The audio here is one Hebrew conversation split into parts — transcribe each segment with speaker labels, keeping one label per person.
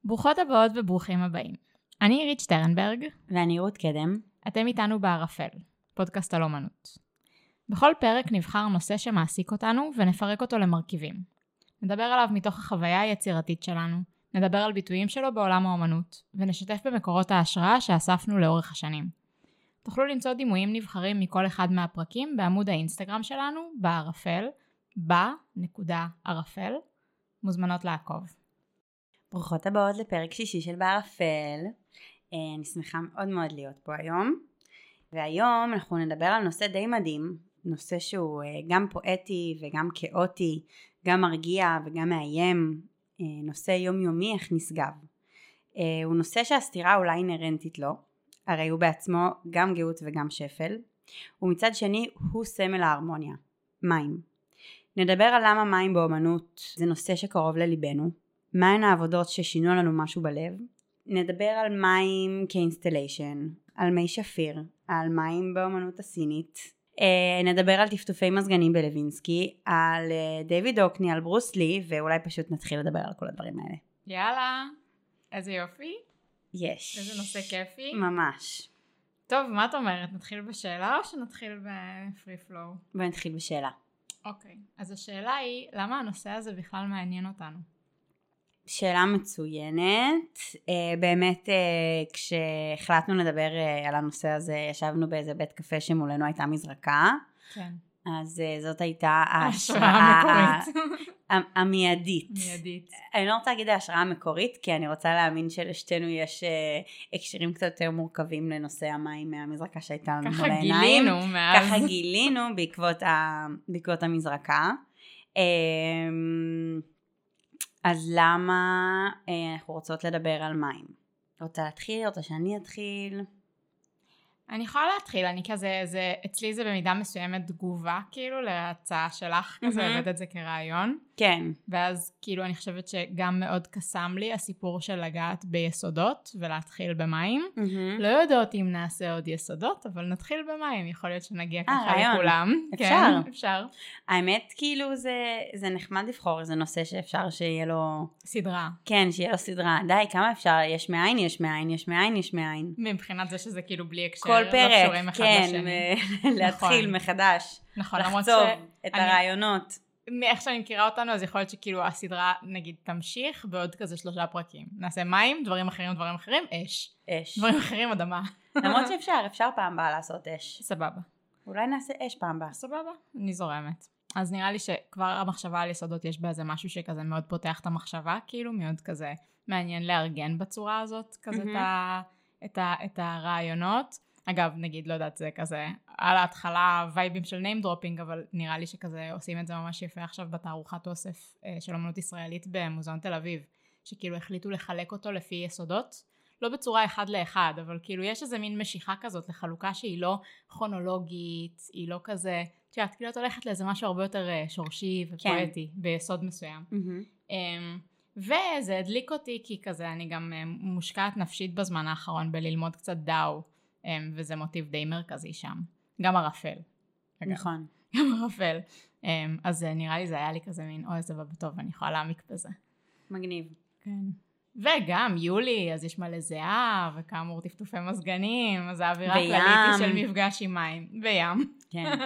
Speaker 1: ברוכות הבאות וברוכים הבאים. אני עירית שטרנברג.
Speaker 2: ואני רות קדם.
Speaker 1: אתם איתנו בערפל, פודקאסט על אומנות. בכל פרק נבחר נושא שמעסיק אותנו ונפרק אותו למרכיבים. נדבר עליו מתוך החוויה היצירתית שלנו, נדבר על ביטויים שלו בעולם האומנות, ונשתף במקורות ההשראה שאספנו לאורך השנים. תוכלו למצוא דימויים נבחרים מכל אחד מהפרקים בעמוד האינסטגרם שלנו, בערפל, ב.ערפל. מוזמנות לעקוב.
Speaker 2: ברוכות הבאות לפרק שישי של בערפל. אני שמחה מאוד מאוד להיות פה היום. והיום אנחנו נדבר על נושא די מדהים, נושא שהוא גם פואטי וגם כאוטי, גם מרגיע וגם מאיים, נושא יומיומי איך נשגב. הוא נושא שהסתירה אולי אינרנטית לו, הרי הוא בעצמו גם גאות וגם שפל, ומצד שני הוא סמל ההרמוניה, מים. נדבר על למה מים באומנות זה נושא שקרוב לליבנו, מהן העבודות ששינו לנו משהו בלב, נדבר על מים כאינסטליישן, על מי שפיר, על מים באומנות הסינית, נדבר על טפטופי מזגנים בלווינסקי, על דיוויד אוקני, על ברוס לי, ואולי פשוט נתחיל לדבר על כל הדברים האלה.
Speaker 1: יאללה, איזה יופי.
Speaker 2: יש.
Speaker 1: איזה נושא כיפי.
Speaker 2: ממש.
Speaker 1: טוב, מה את אומרת? נתחיל בשאלה או שנתחיל בפרי פלואו?
Speaker 2: בואי נתחיל בשאלה.
Speaker 1: אוקיי, אז השאלה היא, למה הנושא הזה בכלל מעניין אותנו?
Speaker 2: שאלה מצוינת. באמת כשהחלטנו לדבר על הנושא הזה ישבנו באיזה בית קפה שמולנו הייתה מזרקה.
Speaker 1: כן.
Speaker 2: אז זאת הייתה ההשראה המיידית.
Speaker 1: מיידית.
Speaker 2: אני לא רוצה להגיד ההשראה המקורית כי אני רוצה להאמין שלשתינו יש הקשרים קצת יותר מורכבים לנושא המים מהמזרקה שהייתה לנו מול העיניים.
Speaker 1: ככה גילינו מאז.
Speaker 2: ככה גילינו בעקבות המזרקה. אז למה אנחנו רוצות לדבר על מים? רוצה להתחיל? רוצה שאני אתחיל?
Speaker 1: אני יכולה להתחיל, אני כזה, אצלי זה במידה מסוימת תגובה, כאילו, להצעה שלך, כזה הבאת את זה כרעיון.
Speaker 2: כן.
Speaker 1: ואז, כאילו, אני חושבת שגם מאוד קסם לי הסיפור של לגעת ביסודות, ולהתחיל במים. לא יודעות אם נעשה עוד יסודות, אבל נתחיל במים, יכול להיות שנגיע ככה לכולם.
Speaker 2: אפשר.
Speaker 1: כן, אפשר.
Speaker 2: האמת, כאילו, זה נחמד לבחור, זה נושא שאפשר שיהיה לו...
Speaker 1: סדרה.
Speaker 2: כן, שיהיה לו סדרה. די, כמה אפשר? יש מאין, יש מאין, יש מאין, יש מאין.
Speaker 1: מבחינת זה שזה כאילו בלי הקשר.
Speaker 2: כל פרק,
Speaker 1: כן,
Speaker 2: להתחיל מחדש,
Speaker 1: נכון,
Speaker 2: לחצוב את הרעיונות.
Speaker 1: מאיך שאני מכירה אותנו, אז יכול להיות שכאילו הסדרה, נגיד, תמשיך בעוד כזה 3 פרקים. נעשה מים, דברים אחרים, אש. דברים אחרים, אדמה.
Speaker 2: למרות אפשר פעם הבאה לעשות אש.
Speaker 1: סבבה.
Speaker 2: אולי נעשה אש פעם הבאה.
Speaker 1: סבבה, אני זורמת. אז נראה לי שכבר המחשבה על יסודות יש באיזה משהו שכזה מאוד פותח את המחשבה, כאילו מאוד כזה מעניין לארגן בצורה הזאת, כזה את הרעיונות. אגב, נגיד, לא יודעת, זה כזה, על ההתחלה וייבים של name dropping, אבל נראה לי שכזה עושים את זה ממש יפה עכשיו בתערוכת אוסף של אומנות ישראלית במוזיאון תל אביב, שכאילו החליטו לחלק אותו לפי יסודות, לא בצורה 1:1, אבל כאילו יש איזה מין משיכה כזאת לחלוקה שהיא לא כרונולוגית, היא לא כזה, תשעת, כאילו את הולכת לאיזה משהו הרבה יותר שורשי ופואטי, ביסוד מסוים. וזה הדליק אותי כי כזה, אני גם מושקעת נפשית בזמן האחרון בללמוד קצת דאו, וזה מוטיב די מרכזי שם. גם ערפל.
Speaker 2: נכון.
Speaker 1: גם ערפל. אז נראה לי זה היה לי כזה מין, איזה טוב, אני יכולה להעמיק בזה.
Speaker 2: מגניב.
Speaker 1: כן. וגם יולי, אז יש מלא זהה, וכאמור טפטופי מזגנים, אז האווירה הכללית של מפגש עם מים. וים. כן.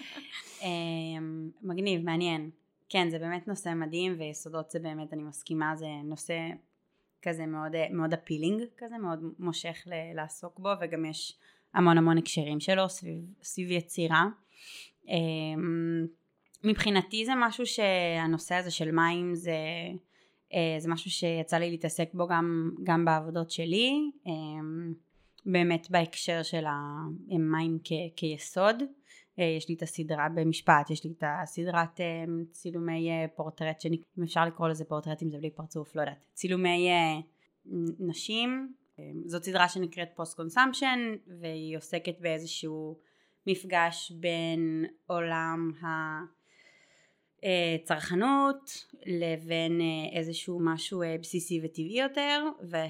Speaker 2: מגניב, מעניין. כן, זה באמת נושא מדהים, ויסודות זה באמת, אני מסכימה, זה נושא כזה מאוד, מאוד אפילינג, כזה מאוד מושך לעסוק בו, וגם יש המון הקשרים שלו סביב יצירה. מבחינתי זה משהו שהנושא הזה של מים זה משהו שיצא לי להתעסק בו גם בעבודות שלי, באמת בהקשר של המים כיסוד. יש לי את הסדרה במשפט, יש לי את הסדרת צילומי פורטרט, אם אפשר לקרוא לזה פורטרטים זה בלי פרצוף, לא יודעת, צילומי נשים, זאת סדרה שנקראת פוסט קונסמפשן, והיא עוסקת באיזשהו מפגש בין עולם הצרכנות לבין איזשהו משהו בסיסי וטבעי יותר,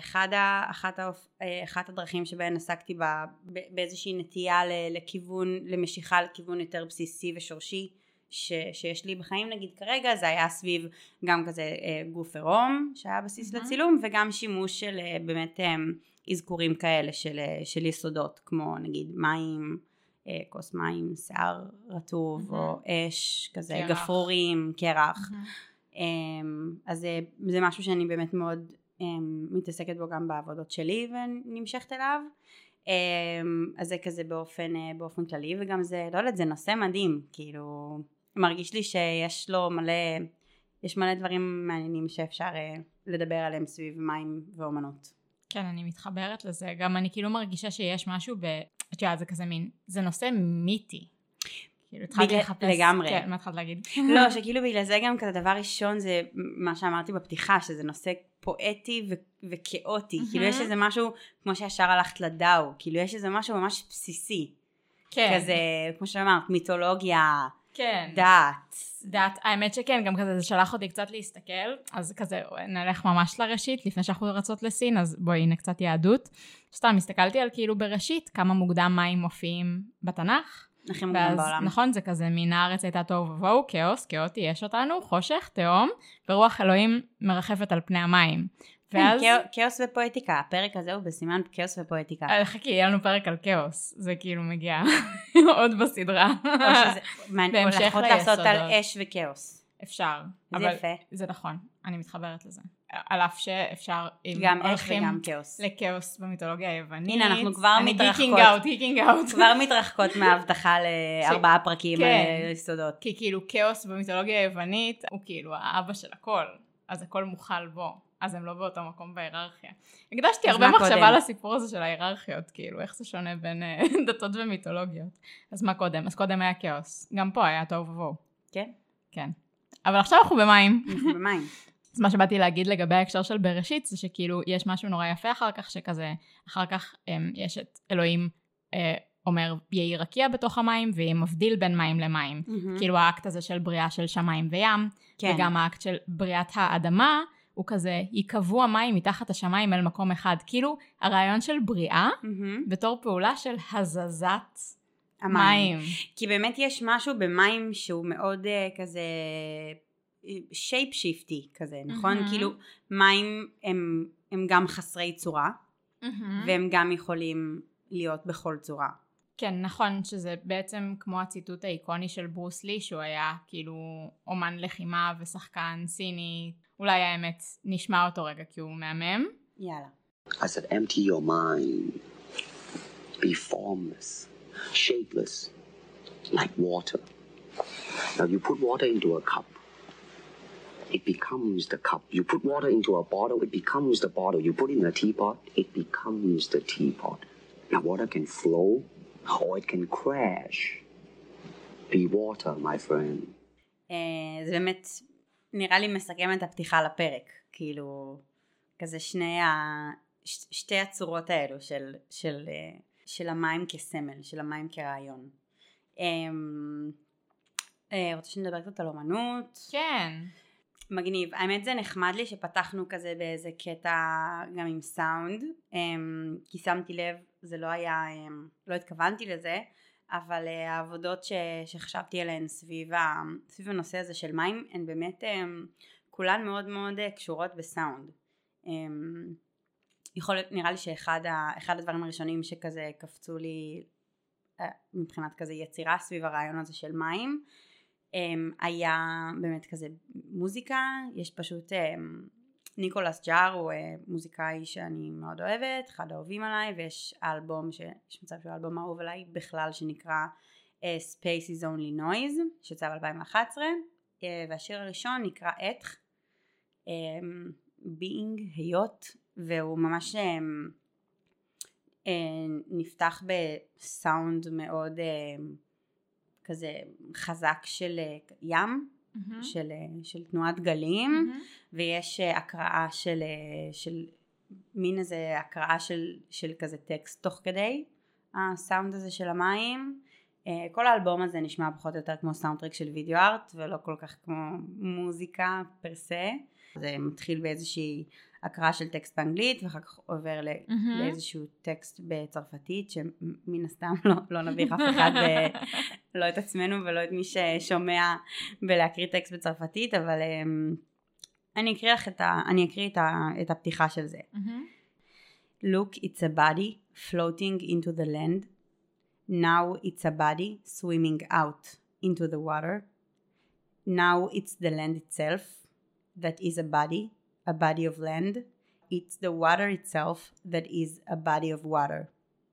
Speaker 2: ואחת הדרכים שבהן עסקתי באיזושהי נטייה למשיכה לכיוון יותר בסיסי ושורשי שיש לי בחיים נגיד כרגע, זה היה סביב גם כזה גוף עירום שהיה בסיס לצילום, וגם שימוש של באמת אזכורים כאלה של יסודות, כמו נגיד מים, כוס מים, שיער רטוב או אש, כזה גפרורים, קרח. אז זה משהו שאני באמת מאוד מתעסקת בו גם בעבודות שלי ונמשכת אליו. אז זה כזה באופן כללי, וגם זה, לא יודעת, זה נושא מדהים, כאילו מרגיש לי שיש לו מלא דברים מעניינים שאפשר לדבר עליהם סביב מים ואומנות.
Speaker 1: כן, אני מתחברת לזה, גם אני כאילו מרגישה שיש משהו את יודעת, זה כזה מין, זה נושא מיתי. כאילו התחלתי לחפש.
Speaker 2: לגמרי.
Speaker 1: כן, מה התחלת להגיד?
Speaker 2: לא, שכאילו בגלל זה גם כזה דבר ראשון, זה מה שאמרתי בפתיחה, שזה נושא פואטי וכאוטי. כאילו יש איזה משהו, כמו שישר הלכת לדאו, כאילו יש איזה משהו ממש בסיסי.
Speaker 1: כן.
Speaker 2: כזה, כמו שאמרת, מיתולוגיה,
Speaker 1: כן.
Speaker 2: דת.
Speaker 1: האמת שכן, גם כזה זה שלח אותי קצת להסתכל, אז כזה נלך ממש לראשית, לפני שאנחנו רצות לסין, אז בואי הנה קצת יהדות. סתם, הסתכלתי על כאילו בראשית, כמה מוקדם מים מופיעים בתנ"ך.
Speaker 2: הכי מוקדם בעולם.
Speaker 1: נכון, זה כזה, מן הארץ הייתה תוהו ובוהו, כאוס, כאוטי יש אותנו, חושך, תהום, ורוח אלוהים מרחפת על פני המים. ואז...
Speaker 2: כאוס ופואטיקה, הפרק הזה הוא בסימן כאוס ופואטיקה.
Speaker 1: חכי, יהיה לנו פרק על כאוס, זה כאילו מגיע עוד בסדרה.
Speaker 2: לפחות לעשות על אש וכאוס.
Speaker 1: אפשר,
Speaker 2: זה יפה.
Speaker 1: זה נכון, אני מתחברת לזה. על אף שאפשר,
Speaker 2: גם אש וגם כאוס.
Speaker 1: לכאוס במיתולוגיה היוונית.
Speaker 2: הנה, אנחנו כבר מתרחקות.
Speaker 1: היקינג אאוט.
Speaker 2: כבר מתרחקות מההבטחה ל4 פרקים יסודות.
Speaker 1: כי כאילו כאוס במיתולוגיה היוונית הוא כאילו האבא של הכל, אז הכל מוכל בו. אז הם לא באותו מקום בהיררכיה. הקדשתי הרבה מחשבה לסיפור הזה של ההיררכיות, כאילו, איך זה שונה בין דתות ומיתולוגיות. אז מה קודם? אז קודם היה כאוס. גם פה היה תוהו ובוהו.
Speaker 2: כן?
Speaker 1: כן. אבל עכשיו אנחנו במים.
Speaker 2: אנחנו במים.
Speaker 1: אז מה שבאתי להגיד לגבי ההקשר של בראשית, זה שכאילו יש משהו נורא יפה אחר כך, שכזה, אחר כך יש את אלוהים אומר, יהי רקיע בתוך המים, ויהיה מבדיל בין מים למים. כאילו האקט הזה של בריאה של שמיים וים, וגם האקט של בריאת האדמה, הוא כזה, יקבעו המים מתחת השמיים אל מקום אחד. כאילו, הרעיון של בריאה, בתור פעולה של הזזת המים.
Speaker 2: כי באמת יש משהו במים שהוא מאוד כזה, שייפ שיפטי כזה, נכון? כאילו, מים הם גם חסרי צורה, והם גם יכולים להיות בכל צורה.
Speaker 1: כן, נכון, שזה בעצם כמו הציטוט האיקוני של ברוס לי, שהוא היה כאילו אומן לחימה ושחקן סיני. אולי האמת נשמע אותו רגע כי הוא מהמם.
Speaker 2: יאללה.
Speaker 3: I said empty your mind. Be formless, shapeless, like water. Now you put water into a cup. It becomes the cup. You put water into a bottle, it becomes the bottle. You put it in a teapot, it becomes the teapot. Now water can flow or it can crash. Be water, my friend.
Speaker 2: זה באמת נראה לי מסכם את הפתיחה לפרק, כאילו כזה שתי הצורות האלו של המים כסמל, של המים כרעיון. רוצה שנדבר קצת על אומנות?
Speaker 1: כן.
Speaker 2: מגניב. האמת זה נחמד לי שפתחנו כזה באיזה קטע גם עם סאונד, כי שמתי לב, זה לא היה, לא התכוונתי לזה, אבל העבודות שחשבתי עליהן סביב הנושא הזה של מים, הן באמת כולן מאוד מאוד קשורות בסאונד. נראה לי שאחד הדברים הראשונים שכזה קפצו לי מבחינת כזה יצירה סביב הרעיון הזה של מים, היה באמת כזה מוזיקה. יש פשוט ניקולס ג'אר, הוא מוזיקאי שאני מאוד אוהבת, אחד האהובים עליי, ויש אלבום יש מצב שהוא אלבום אהוב עליי בכלל, שנקרא Space is Only Noise, שיצא ב-2011, והשיר הראשון נקרא אתך, Being, היות, והוא ממש נפתח בסאונד מאוד כזה חזק של ים, של תנועת גלים, ויש הקראה של מין איזה הקראה של כזה טקסט תוך כדי הסאונד הזה של המים. כל האלבום הזה נשמע פחות או יותר כמו סאונדטרק של וידאו ארט, ולא כל כך כמו מוזיקה פרסה. זה מתחיל באיזושהי הקראה של טקסט באנגלית, ואחר כך עובר לאיזשהו טקסט בצרפתית, שמן הסתם לא נביך אף אחד, לא את עצמנו ולא את מי ששומע בלהקריא טקסט בצרפתית, אבל אני אקריא את הפתיחה של זה. Look, it's a body floating into the land. Now it's a body swimming out into the water. Now it's the land itself that is a body of land. It's the water itself that is a body of water.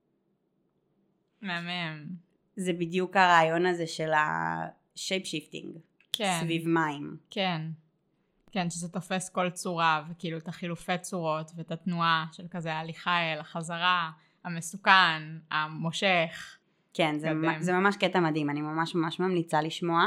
Speaker 1: מהמם.
Speaker 2: זה בדיוק הרעיון הזה של ה-shape shifting.
Speaker 1: כן.
Speaker 2: סביב מים.
Speaker 1: כן. כן, שזה תופס כל צורה, וכאילו את החילופי צורות, ואת התנועה של כזה ההליכה אל החזרה, המסוכן, המושך.
Speaker 2: כן, זה ממש קטע מדהים, אני ממש ממש ממליצה לשמוע.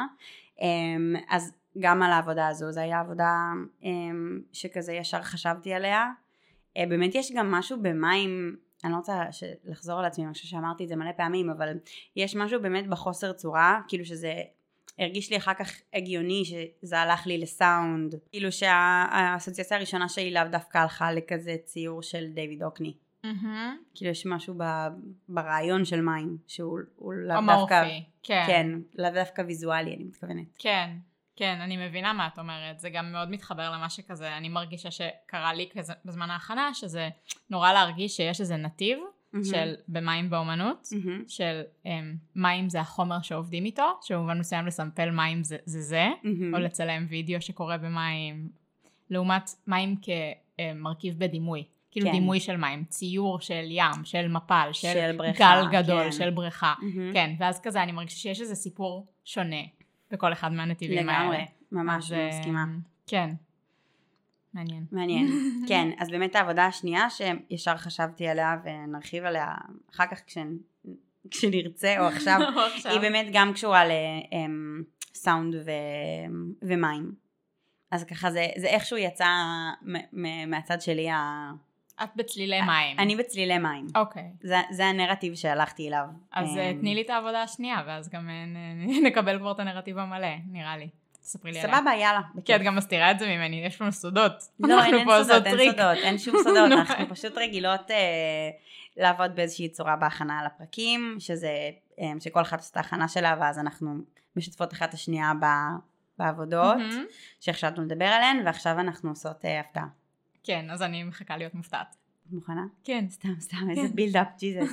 Speaker 2: אז גם על העבודה הזו, זו הייתה עבודה שכזה ישר חשבתי עליה. באמת יש גם משהו במים, אני לא רוצה לחזור על עצמי, אני חושב שאמרתי את זה מלא פעמים, אבל יש משהו באמת בחוסר צורה, כאילו שזה הרגיש לי אחר כך הגיוני שזה הלך לי לסאונד, כאילו שהאסוציאציה הראשונה שלי לאו דווקא הלכה לכזה ציור של דיוויד אוקני. כאילו יש משהו ברעיון של מים שהוא לאו דווקא, כן, לאו דווקא ויזואלי, אני מתכוונת.
Speaker 1: כן, כן, אני מבינה מה את אומרת, זה גם מאוד מתחבר למה שכזה, אני מרגישה שקרה לי כזה בזמן ההכנה, שזה נורא להרגיש שיש איזה נתיב של במים באומנות, של מים זה החומר שעובדים איתו, שבמובן מסוים לסמפל מים זה, או לצלם וידאו שקורה במים, לעומת מים כמרכיב בדימוי. כאילו דימוי של מים, ציור של ים, של מפל, של גל גדול, של בריכה. כן, ואז כזה אני מרגישה שיש איזה סיפור שונה בכל אחד מהנתיבים האלה.
Speaker 2: לגמרי, ממש מסכימה.
Speaker 1: כן, מעניין.
Speaker 2: מעניין, כן, אז באמת העבודה השנייה שישר חשבתי עליה ונרחיב עליה אחר כך כשנרצה או עכשיו, היא באמת גם קשורה לסאונד ומים. אז ככה זה איכשהו יצא מהצד שלי
Speaker 1: את בצלילי מים.
Speaker 2: אני בצלילי מים.
Speaker 1: אוקיי.
Speaker 2: זה הנרטיב שהלכתי אליו.
Speaker 1: אז תני לי את העבודה השנייה, ואז גם נקבל כבר את הנרטיב המלא, נראה לי. תספרי לי עליה.
Speaker 2: סבבה, יאללה.
Speaker 1: כי את גם מסתירה את זה ממני, יש לנו סודות.
Speaker 2: לא, אין סודות, אין שום סודות. אנחנו פשוט רגילות לעבוד באיזושהי צורה בהכנה על הפרקים, שכל אחת עושה את ההכנה שלה, ואז אנחנו משתפות אחת השנייה בעבודות, שהחשבנו לדבר עליהן, ועכשיו אנחנו עושות הפתעה.
Speaker 1: כן, אז אני מחכה להיות מופתעת.
Speaker 2: מוכנה?
Speaker 1: כן.
Speaker 2: סתם, איזה בילדאפ, ג'יזוס.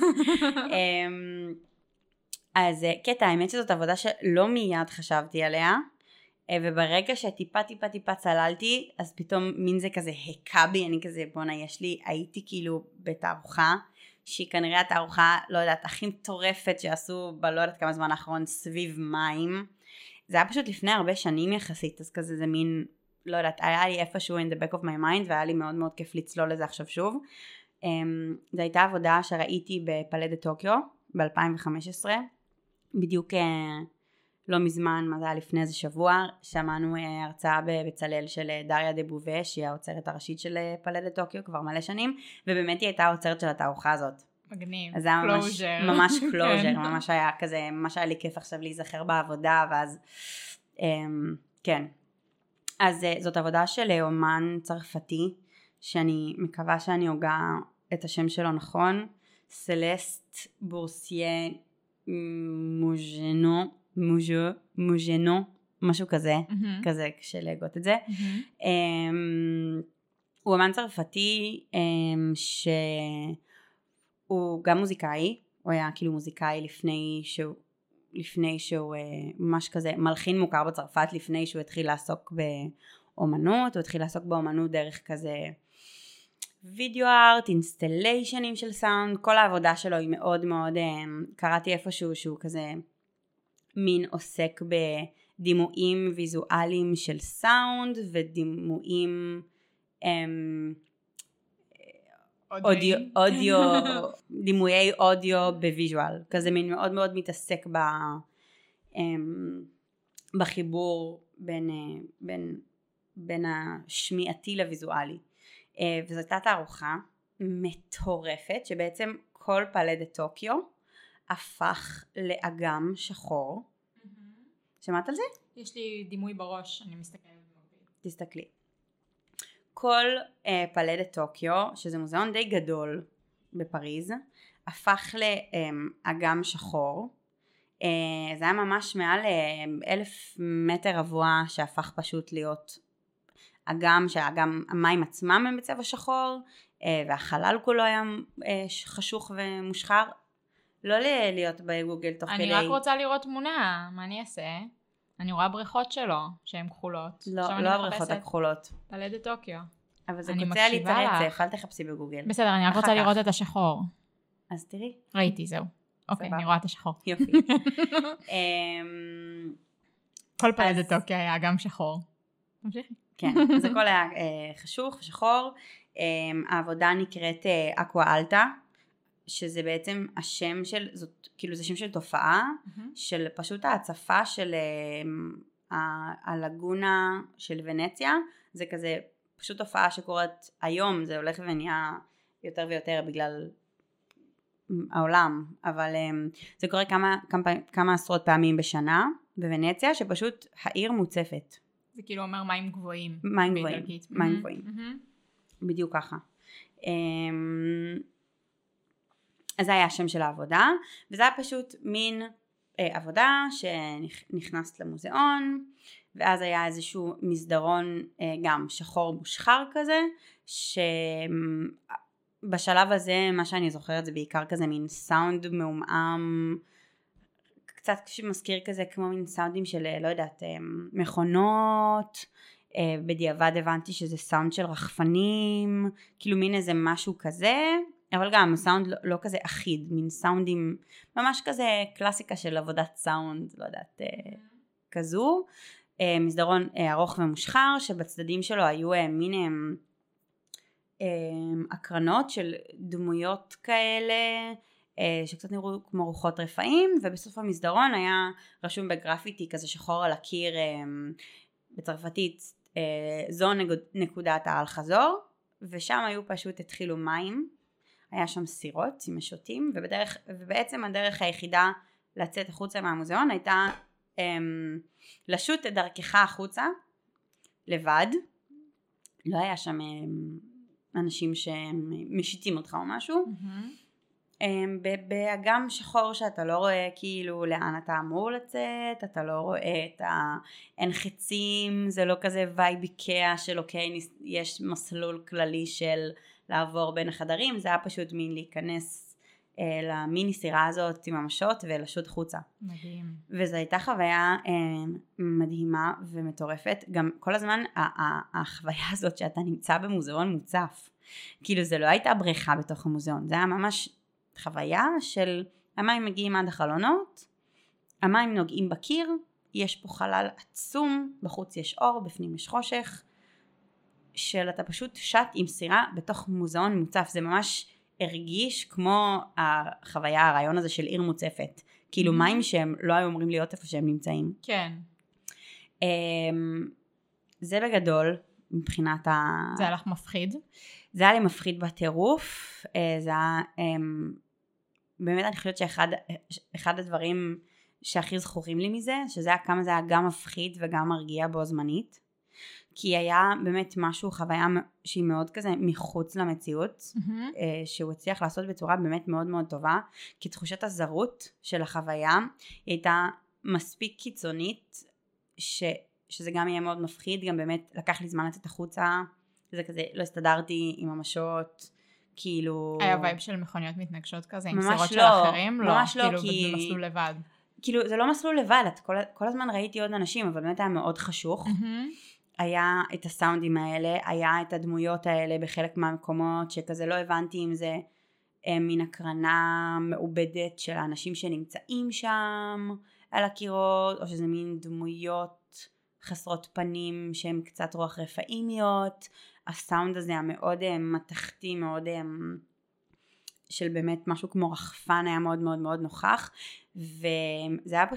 Speaker 2: אז קטע, האמת שזאת עבודה שלא מיד חשבתי עליה, וברגע שטיפה צללתי, אז פתאום מין זה כזה הקה בי, אני כזה בונה, הייתי כאילו בתערוכה, שהיא כנראה התערוכה, לא יודעת, הכי מטורפת שעשו בלא יודעת כמה זמן האחרון סביב מים. זה היה פשוט לפני הרבה שנים יחסית, אז כזה זה מין, לא יודעת, היה לי איפשהו in the back of my mind, והיה לי מאוד מאוד כיף לצלול לזה עכשיו שוב. זו הייתה עבודה שראיתי בפלד טוקיו ב-2015, בדיוק לא מזמן, מה זה היה לפני איזה שבוע, שמענו הרצאה בבצלאל של דריה דבובה, שהיא האוצרת הראשית של פלד טוקיו כבר מלא שנים, ובאמת היא הייתה האוצרת של התערוכה הזאת.
Speaker 1: מגניב,
Speaker 2: אז זה היה ממש קלוז'ר, ממש היה כזה, ממש היה לי כיף עכשיו להיזכר בעבודה, ואז כן. אז זאת עבודה של אומן צרפתי, שאני מקווה שאני הוגה את השם שלו נכון, סלסט בורסייה מוז'נו, משהו כזה, כזה קשה להגות את זה. הוא אומן צרפתי שהוא גם מוזיקאי, הוא היה כאילו מוזיקאי לפני שהוא ממש כזה מלחין מוכר בצרפת, לפני שהוא התחיל לעסוק באומנות, הוא התחיל לעסוק באומנות דרך כזה וידאו ארט, אינסטליישנים של סאונד, כל העבודה שלו היא מאוד מאוד, קראתי איפשהו שהוא כזה מין עוסק בדימויים ויזואליים של סאונד ודימויים אודיו, דימויי אודיו בוויז'ואל, כזה מין מאוד מאוד מתעסק בחיבור בין השמיעתי לויזואלי. וזאת הייתה תערוכה מטורפת, שבעצם כל פלד טוקיו הפך לאגם שחור. שמעת על זה?
Speaker 1: יש לי דימוי בראש, אני מסתכלת במקביל.
Speaker 2: תסתכלי. כל פאלה דה טוקיו, שזה מוזיאון די גדול בפריז, הפך לאגם שחור. זה היה ממש מעל 1,000 מטר רבוע שהפך פשוט להיות אגם, שהאגם המים עצמם הם בצבע שחור, והחלל כולו היה חשוך ומושחר. לא להיות בגוגל תוך כדי.
Speaker 1: אני רק רוצה לראות תמונה, מה אני אעשה? אני רואה בריכות שלו, שהן כחולות.
Speaker 2: לא הבריכות הכחולות.
Speaker 1: פאלה דה טוקיו.
Speaker 2: אבל זה קוצע לי את הרצף, אל תחפשי בגוגל.
Speaker 1: בסדר, אני רק רוצה לראות את השחור.
Speaker 2: אז תראי.
Speaker 1: ראיתי, זהו. אוקיי, אני רואה את השחור.
Speaker 2: יופי.
Speaker 1: כל פאלה דה טוקיו היה גם שחור. תמשיכי.
Speaker 2: כן, אז הכל היה חשוך ושחור. העבודה נקראת אקווה אלטה, שזה בעצם השם של, זאת, כאילו זה שם של תופעה, של פשוט ההצפה של הלגונה של ונציה, זה כזה פשוט תופעה שקורית היום, זה הולך ונהיה יותר ויותר בגלל העולם, אבל זה קורה כמה עשרות פעמים בשנה בוונציה, שפשוט העיר מוצפת.
Speaker 1: זה כאילו אומר מים גבוהים.
Speaker 2: מים גבוהים. בדיוק ככה. אז זה היה השם של העבודה, וזה היה פשוט מין עבודה שנכנסת למוזיאון, ואז היה איזשהו מסדרון גם שחור מושחר כזה, שבשלב הזה מה שאני זוכרת זה בעיקר כזה מין סאונד מעומעם, קצת מזכיר כזה כמו מין סאונדים של לא יודעת מכונות, בדיעבד הבנתי שזה סאונד של רחפנים, כאילו מין איזה משהו כזה, אבל גם סאונד לא כזה אחיד, מין סאונדים ממש כזה קלאסיקה של עבודת סאונד, לא יודעת, כזו. מסדרון ארוך ומושחר, שבצדדים שלו היו מין הקרנות של דמויות כאלה, שקצת נראו כמו רוחות רפאים, ובסוף המסדרון היה רשום בגרפיטי כזה שחור על הקיר בצרפתית, זו נקודת האל חזור, ושם היו פשוט התחילו מים, היה שם סירות עם משוטים, ובעצם הדרך היחידה לצאת החוצה מהמוזיאון הייתה לשוט את דרכך החוצה לבד, לא היה שם אנשים שמשיטים אותך או משהו, באגם שחור שאתה לא רואה כאילו לאן אתה אמור לצאת, אתה לא רואה אין חצים, זה לא כזה וייב איקאה של אוקיי יש מסלול כללי של לעבור בין החדרים, זה היה פשוט מין להיכנס למיני סירה הזאת עם המשות ולשוט חוצה.
Speaker 1: מדהים. וזו
Speaker 2: הייתה חוויה מדהימה ומטורפת, גם כל הזמן החוויה הזאת שאתה נמצא במוזיאון מוצף, כאילו זה לא הייתה בריכה בתוך המוזיאון, זה היה ממש חוויה של המים מגיעים עד החלונות, המים נוגעים בקיר, יש פה חלל עצום, בחוץ יש אור, בפנים יש חושך, של אתה פשוט שט עם סירה בתוך מוזיאון מוצף, זה ממש הרגיש כמו החוויה, הרעיון הזה של עיר מוצפת, כאילו מים שהם לא היו אומרים להיות איפה שהם נמצאים.
Speaker 1: כן.
Speaker 2: זה בגדול, מבחינת
Speaker 1: זה היה לך מפחיד?
Speaker 2: זה היה לי מפחיד בטירוף, זה היה, באמת אני חושבת שאחד הדברים שהכי זכורים לי מזה, שזה היה כמה זה היה גם מפחיד וגם מרגיע בו זמנית, כי היה באמת משהו, חוויה שהיא מאוד כזה מחוץ למציאות, שהוא הצליח לעשות בצורה באמת מאוד מאוד טובה, כי תחושת הזרות של החוויה היא הייתה מספיק קיצונית, שזה גם יהיה מאוד מפחיד, גם באמת לקח לי זמן לצאת החוצה, זה כזה לא הסתדרתי עם המשות, כאילו...
Speaker 1: היה וייב של מכוניות מתנגשות כזה, עם סירות של אחרים?
Speaker 2: ממש לא,
Speaker 1: כאילו
Speaker 2: כי...
Speaker 1: זה מסלול לבד.
Speaker 2: כאילו זה לא מסלול לבד, כל הזמן ראיתי עוד אנשים, אבל באמת היה מאוד חשוך. היה את הסאונדים האלה, היה את הדמויות האלה בחלק מהמקומות, שכזה לא הבנתי אם זה מן הקרנה מעובדת של האנשים שנמצאים שם על הקירות, או שזה מין דמויות חסרות פנים שהן קצת רוח רפאימיות. הסאונד הזה היה מאוד מתחתי, מאוד של באמת משהו כמו רחפן, היה מאוד מאוד מאוד נוכח, וזה היה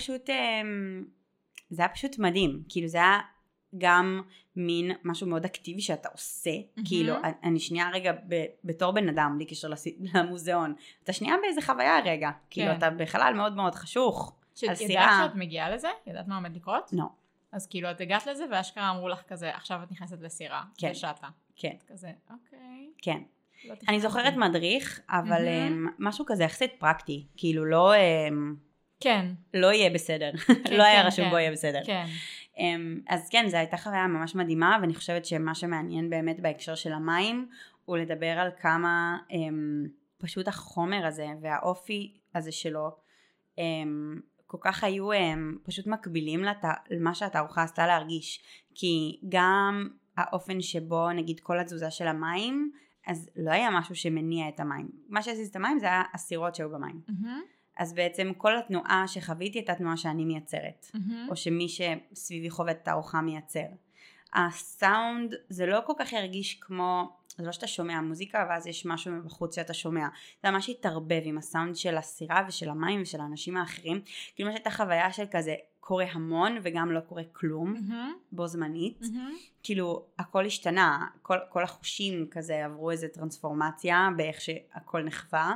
Speaker 2: פשוט מדהים, כאילו זה היה גם מין משהו מאוד אקטיבי שאתה עושה, כאילו אני שנייה רגע בתור בן אדם, בלי קשר למוזיאון, אתה שנייה באיזה חוויה רגע, כאילו אתה בחלל מאוד מאוד חשוך, על סירה.
Speaker 1: ידעת שאת מגיעה לזה? ידעת מה עומד לקרות?
Speaker 2: לא.
Speaker 1: אז כאילו את הגעת לזה, והאשכרה אמרו לך כזה, עכשיו את נכנסת לסירה, ושאתה.
Speaker 2: כן.
Speaker 1: כזה, אוקיי.
Speaker 2: כן.
Speaker 1: לא
Speaker 2: אני
Speaker 1: תכננתי.
Speaker 2: זוכרת מדריך, אבל משהו כזה יחסית פרקטי, כאילו
Speaker 1: כן.
Speaker 2: לא יהיה בסדר,
Speaker 1: כן,
Speaker 2: לא היה
Speaker 1: כן,
Speaker 2: רשום
Speaker 1: כן.
Speaker 2: בו יהיה בסדר.
Speaker 1: כן.
Speaker 2: אז כן, זו הייתה חוויה ממש מדהימה, ואני חושבת שמה שמעניין באמת בהקשר של המים, הוא לדבר על כמה פשוט החומר הזה והאופי הזה שלו, כל כך היו פשוט מקבילים למה שהתערוכה עשתה להרגיש, כי גם האופן שבו נגיד כל התזוזה של המים, אז לא היה משהו שמניע את המים, מה שהזיז את המים זה היה הסירות שהיו במים. אז בעצם כל התנועה שחוויתי את התנועה שאני מייצרת, או שמי שסביבי חווה את התערוכה מייצר. הסאונד זה לא כל כך ירגיש כמו, זה לא שאתה שומע מוזיקה ואז יש משהו מבחוץ שאתה שומע, זה ממש התערבב עם הסאונד של הסירה ושל המים ושל האנשים האחרים, כאילו מה שהייתה חוויה של כזה קורה המון וגם לא קורה כלום בו זמנית, כאילו הכל השתנה, כל החושים כזה עברו איזה טרנספורמציה באיך שהכל נחווה,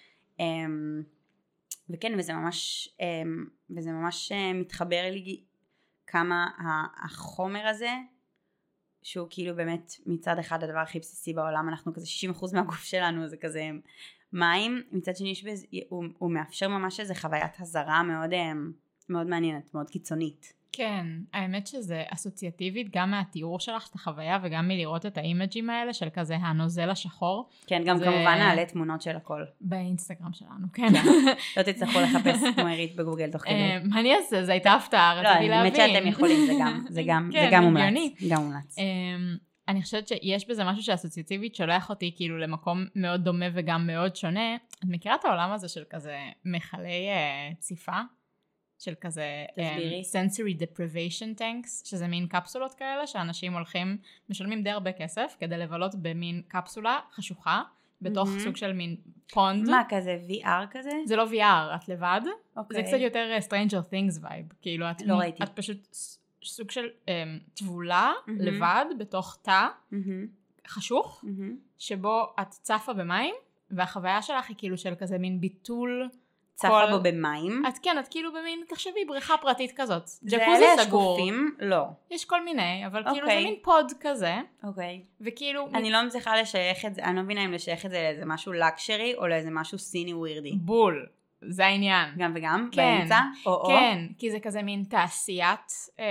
Speaker 2: וכן וזה ממש מתחבר לי כמה החומר הזה שהוא כאילו באמת מצד אחד הדבר הכי בסיסי בעולם, אנחנו כזה 60% מהגוף שלנו זה כזה מים, מצד שני הוא מאפשר ממש איזה חוויית הזרה מאוד מאוד מעניינת, מאוד קיצונית.
Speaker 1: כן, האמת שזה אסוציאטיבית גם מהתיאור שלך את החוויה וגם מלראות את האימג'ים האלה של כזה הנוזל השחור.
Speaker 2: כן, גם
Speaker 1: זה...
Speaker 2: כמובן נעלה תמונות של הכל.
Speaker 1: באינסטגרם שלנו, כן.
Speaker 2: לא תצטרכו לחפש כמו עירית בגוגל תוך כדי.
Speaker 1: מה אני אעשה? זו הייתה הפתעה, רציתי להבין.
Speaker 2: לא, האמת שאתם יכולים, זה גם מומלץ.
Speaker 1: אני חושבת שיש בזה משהו שאסוציאטיבית שולח אותי כאילו למקום מאוד דומה וגם מאוד שונה. את מכירה את העולם הזה של כזה מחלי ציפה? של כזה sensory deprivation tanks, שזה מין קפסולות כאלה שאנשים הולכים, משלמים די הרבה כסף כדי לבלות במין קפסולה חשוכה, בתוך סוג של מין פונד.
Speaker 2: מה כזה, VR כזה?
Speaker 1: זה לא VR, את לבד. זה קצת יותר Stranger Things vibe, כאילו את פשוט סוג של תבולה לבד בתוך תא חשוך, שבו את צפה במים, והחוויה שלך היא כאילו של כזה מין ביטול
Speaker 2: צפה בו במים.
Speaker 1: את כאילו במין, תחשבי, בריכה פרטית כזאת.
Speaker 2: זה
Speaker 1: ג'קוזי
Speaker 2: אלה
Speaker 1: סגור.
Speaker 2: השקופים? לא.
Speaker 1: יש כל מיני, אבל כאילו זה מין פוד כזה.
Speaker 2: אוקיי.
Speaker 1: וכאילו...
Speaker 2: אני לא מצליחה לשייך את זה, אני לא מבינה אם לשייך את זה לאיזה משהו לקשרי, או לאיזה משהו סיני ווירדי.
Speaker 1: בול. זה העניין.
Speaker 2: גם וגם?
Speaker 1: כן.
Speaker 2: באמצע?
Speaker 1: כן, כי זה כזה מין תעשיית...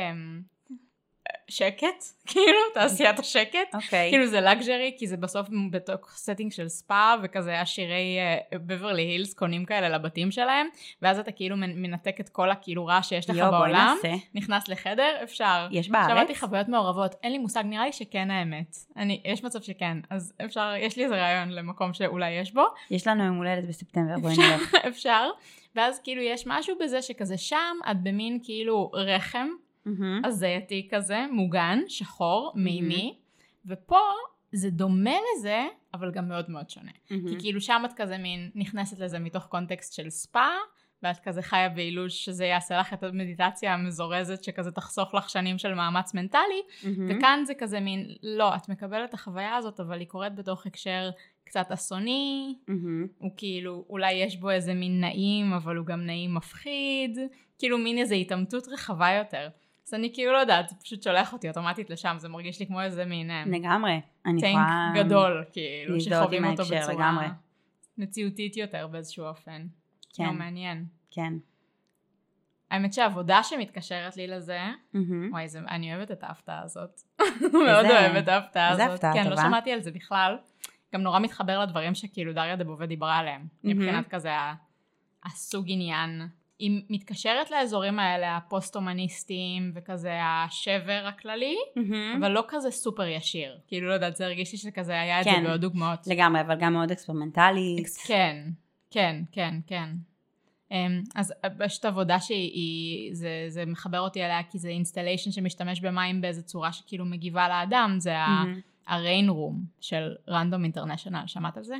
Speaker 1: שקט, כאילו, תעשיית השקט.
Speaker 2: אוקיי.
Speaker 1: כאילו זה לגז'רי, כי זה בסוף בתוך סטינג של ספא, וכזה עשירי בברלי הילס קונים כאלה לבתים שלהם, ואז אתה כאילו מנתק את כל הכאילו רע שיש לך בעולם, נכנס לחדר, אפשר.
Speaker 2: יש בארץ?
Speaker 1: שמעתי חוויות מעורבות, אין לי מושג, נראה לי שכן האמת. יש מצב שכן, אז אפשר, יש לי איזה רעיון למקום שאולי יש בו.
Speaker 2: יש לנו יום הולדת בספטמבר, בואי נלך.
Speaker 1: אפשר, ואז כאילו יש משהו בזה שכזה שם, את במין כאילו רחם, הזייתי כזה, מוגן, שחור, מימי, ופה זה דומה לזה, אבל גם מאוד מאוד שונה. כי כאילו שם את כזה מין נכנסת לזה מתוך קונטקסט של ספא, ואת כזה חיה באילוש שזה יעשה לך את המדיטציה המזורזת, שכזה תחסוך לך שנים של מאמץ מנטלי, וכאן זה כזה מין, לא, את מקבלת את החוויה הזאת, אבל היא קורית בתוך הקשר קצת אסוני, הוא כאילו, אולי יש בו איזה מין נעים, אבל הוא גם נעים מפחיד, כאילו מין איזה התאמתות רחבה יותר. אז אני כאילו לא יודעת, זה פשוט שולח אותי אוטומטית לשם, זה מרגיש לי כמו איזה מין
Speaker 2: לגמרי,
Speaker 1: טנק גדול, כאילו, שחווים אותו בצורה מציאותית יותר באיזשהו אופן. כן. לא מעניין.
Speaker 2: כן.
Speaker 1: האמת שהעבודה שמתקשרת לי לזה, וואי, אני אוהבת את ההפתעה הזאת. מאוד אוהבת את ההפתעה הזאת.
Speaker 2: איזה הפתעה
Speaker 1: טובה.
Speaker 2: כן,
Speaker 1: לא שמעתי על זה בכלל. גם נורא מתחבר לדברים שכאילו דריה דבובה דיברה עליהם. מבחינת כזה הסוג עניין. היא מתקשרת לאזורים האלה, הפוסט-הומניסטיים וכזה השבר הכללי, אבל לא כזה סופר ישיר. כאילו לא יודעת, זה הרגיש לי שכזה היה את זה בעוד דוגמאות.
Speaker 2: לגמרי, אבל גם מאוד אקספרימנטלית.
Speaker 1: כן. אז יש עבודה זה מחבר אותי עליה, כי זה אינסטליישן שמשתמש במים באיזו צורה שכאילו מגיבה לאדם, זה ה-Rain Room של רנדום אינטרנשיונל, שמעת על זה?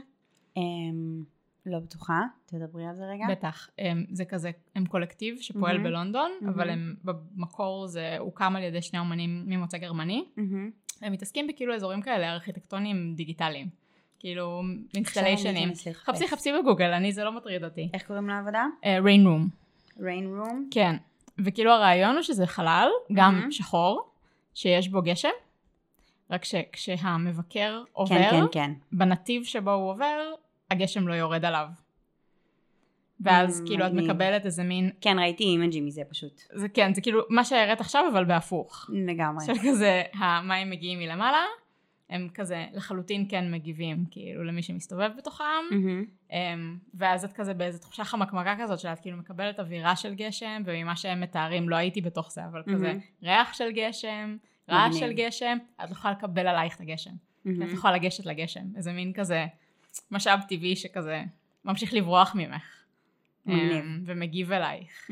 Speaker 2: לא בטוחה, תדברי על זה רגע.
Speaker 1: בטח, זה כזה, הם קולקטיב שפועל בלונדון, אבל הם במקור זה הוקם על ידי שני אומנים ממוצא גרמני, הם מתעסקים בכאילו אזורים כאלה, ארכיטקטוניים דיגיטליים, כאילו אינסטליישנים. חפשי בגוגל, זה לא מטריד אותי.
Speaker 2: איך קוראים לעבודה?
Speaker 1: Rain Room.
Speaker 2: Rain Room?
Speaker 1: כן, וכאילו הרעיון הוא שזה חלל, גם שחור, שיש בו גשם, רק שכשהמבקר עובר,
Speaker 2: כן, כן, כן.
Speaker 1: בנתיב שבו הוא עובר, הגשם לא יורד עליו. ואז כאילו את מקבלת איזה מין...
Speaker 2: כן, ראיתי אימג'ים מזה פשוט.
Speaker 1: זה כן, זה כאילו מה שהראית עכשיו, אבל בהפוך.
Speaker 2: לגמרי.
Speaker 1: של כזה, המים מגיעים מלמעלה, הם כזה לחלוטין כן מגיבים, כאילו למי שמסתובב בתוכם, ואז את כזה באיזו תחושה חמקמקה כזאת, שאת כאילו מקבלת אווירה של גשם, וממה שהם מתארים, לא הייתי בתוך זה, אבל כזה ריח של גשם, רעש של גשם, את לא יכולה לקבל עלייך את הגשם. את לא יכולה לגשת לגשם. איזה מין כזה משאב טבעי שכזה ממשיך לברוח ממך. ומגיב אלייך.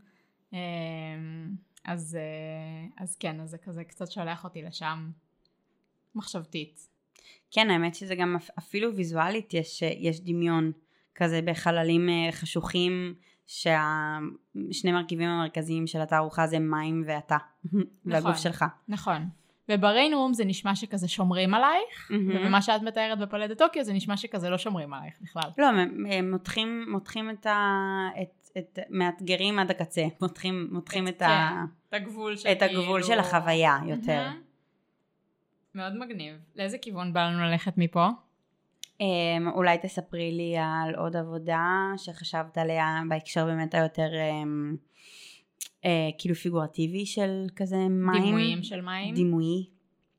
Speaker 1: אז כן, אז זה כזה קצת שולח אותי לשם מחשבתית.
Speaker 2: כן, האמת שזה גם אפילו ויזואלית יש דמיון כזה בחללים חשוכים, ששני מרכיבים המרכזיים של התערוכה זה מים ואתה, והגוף שלך. נכון.
Speaker 1: ובריין רום זה נשמע שכזה שומרים עלייך, ובמה שאת מתארת בפלדת טוקיו זה נשמע שכזה לא שומרים עלייך בכלל.
Speaker 2: לא, הם מותחים את מאתגרים עד הקצה, מותחים את הגבול של החוויה יותר.
Speaker 1: מאוד מגניב. לאיזה כיוון בא לנו ללכת מפה?
Speaker 2: אולי תספרי לי על עוד עבודה שחשבת עליה בהקשר באמת היותר כאילו פיגורטיבי של כזה מים.
Speaker 1: דימויים של מים.
Speaker 2: דימויי.